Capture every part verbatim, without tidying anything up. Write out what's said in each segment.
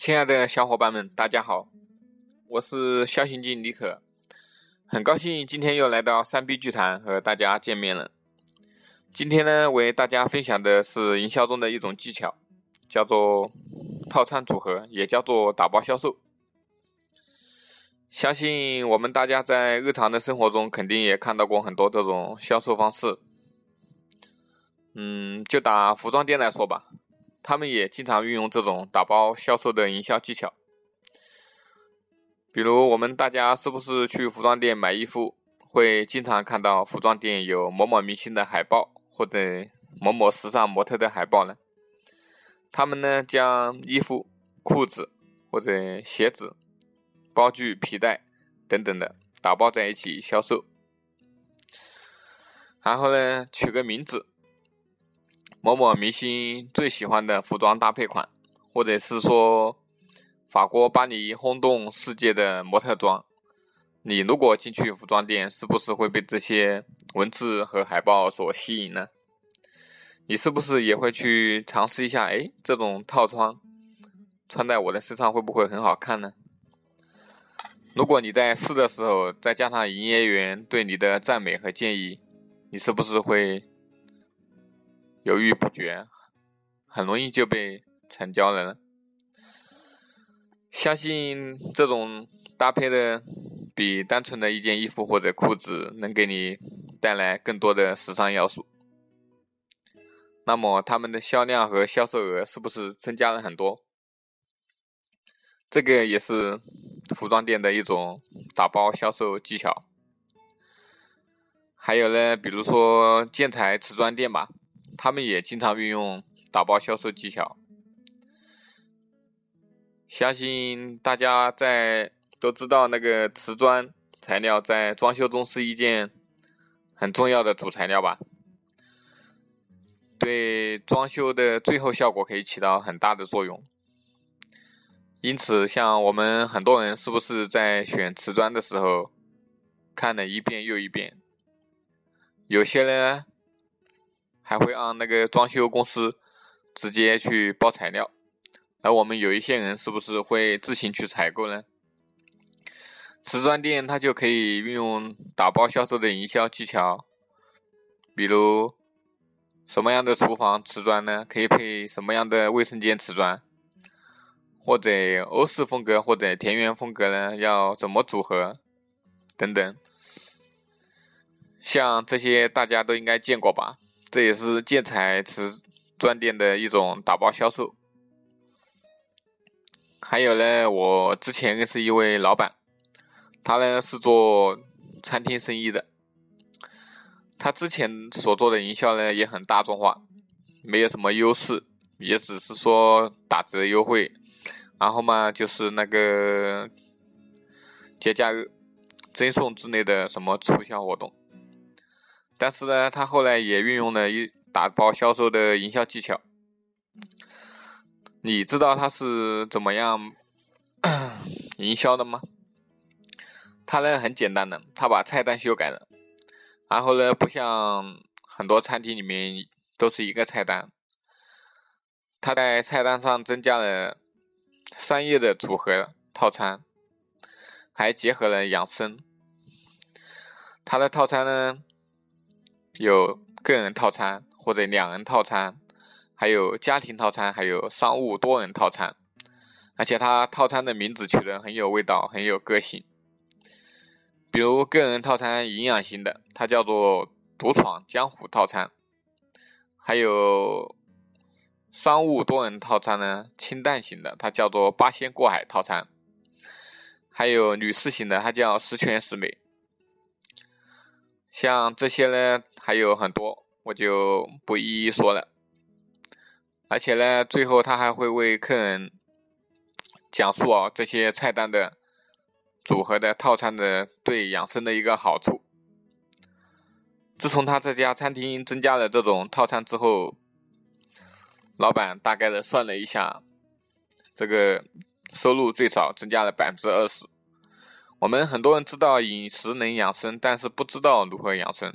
亲爱的小伙伴们，大家好，我是肖行进李可，很高兴今天又来到三 B 剧谈和大家见面了。今天呢，为大家分享的是营销中的一种技巧，叫做套餐组合，也叫做打包销售。相信我们大家在日常的生活中肯定也看到过很多这种销售方式。嗯，就打服装店来说吧，他们也经常运用这种打包销售的营销技巧。比如我们大家是不是去服装店买衣服，会经常看到服装店有某某明星的海报，或者某某时尚模特的海报呢？他们呢将衣服、裤子或者鞋子、包具、皮带等等的打包在一起销售，然后呢取个名字，某某明星最喜欢的服装搭配款，或者是说法国巴黎轰动世界的模特装。你如果进去服装店，是不是会被这些文字和海报所吸引呢？你是不是也会去尝试一下，诶，这种套装穿在我的身上会不会很好看呢？如果你在试的时候再加上营业员对你的赞美和建议，你是不是会犹豫不决，很容易就被成交了呢？相信这种搭配的比单纯的一件衣服或者裤子能给你带来更多的时尚要素。那么他们的销量和销售额是不是增加了很多？这个也是服装店的一种打包销售技巧。还有呢，比如说建材瓷砖店吧，他们也经常运用打包销售技巧。相信大家在都知道，那个瓷砖材料在装修中是一件很重要的主材料吧，对装修的最后效果可以起到很大的作用。因此像我们很多人是不是在选瓷砖的时候看了一遍又一遍，有些呢还会让那个装修公司直接去包材料，而我们有一些人是不是会自行去采购呢？瓷砖店它就可以运用打包销售的营销技巧，比如什么样的厨房瓷砖呢，可以配什么样的卫生间瓷砖，或者欧式风格或者田园风格呢要怎么组合等等。像这些大家都应该见过吧，这也是建材瓷砖店的一种打包销售。还有呢，我之前认识一位老板，他呢是做餐厅生意的，他之前所做的营销呢也很大众化，没有什么优势，也只是说打折优惠，然后嘛就是那个节假日赠送之类的什么促销活动。但是呢，他后来也运用了一打包销售的营销技巧。你知道他是怎么样营销的吗？他呢很简单的，他把菜单修改了，然后呢不像很多餐厅里面都是一个菜单，他在菜单上增加了商业的组合套餐，还结合了养生。他的套餐呢有个人套餐或者两人套餐，还有家庭套餐，还有商务多人套餐，而且他套餐的名字取得很有味道，很有个性。比如个人套餐营养型的，它叫做独闯江湖套餐，还有商务多人套餐呢，清淡型的，它叫做八仙过海套餐，还有女士型的，它叫十全十美。像这些呢还有很多，我就不一一说了。而且呢最后他还会为客人讲述啊这些菜单的组合的套餐的对养生的一个好处。自从他这家餐厅增加了这种套餐之后，老板大概的算了一下，这个收入最少增加了 百分之二十。我们很多人知道饮食能养生，但是不知道如何养生。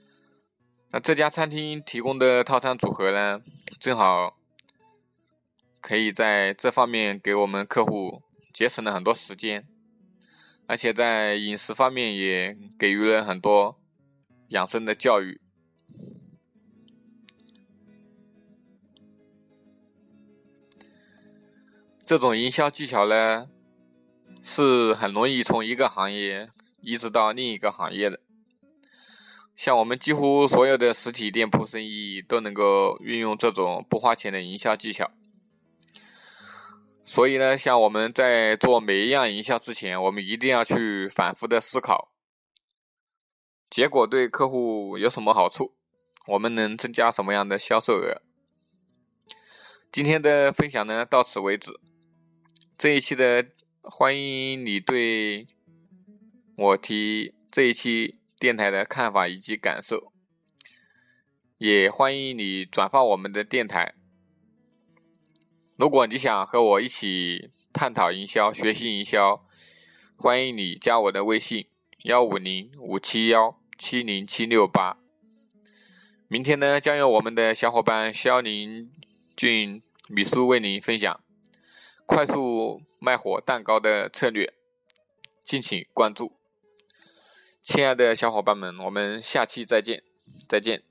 那这家餐厅提供的套餐组合呢，正好可以在这方面给我们客户节省了很多时间，而且在饮食方面也给予了很多养生的教育。这种营销技巧呢，是很容易从一个行业移植到另一个行业的。像我们几乎所有的实体店铺生意都能够运用这种不花钱的营销技巧。所以呢，像我们在做每一样营销之前，我们一定要去反复的思考，结果对客户有什么好处，我们能增加什么样的销售额。今天的分享呢，到此为止。这一期的欢迎你对我提这一期电台的看法以及感受，也欢迎你转发我们的电台。如果你想和我一起探讨营销、学习营销，欢迎你加我的微信一五零五七一七零七六八。明天呢，将由我们的小伙伴肖宁俊米叔为您分享快速卖火蛋糕的策略，敬请关注。亲爱的小伙伴们，我们下期再见，再见。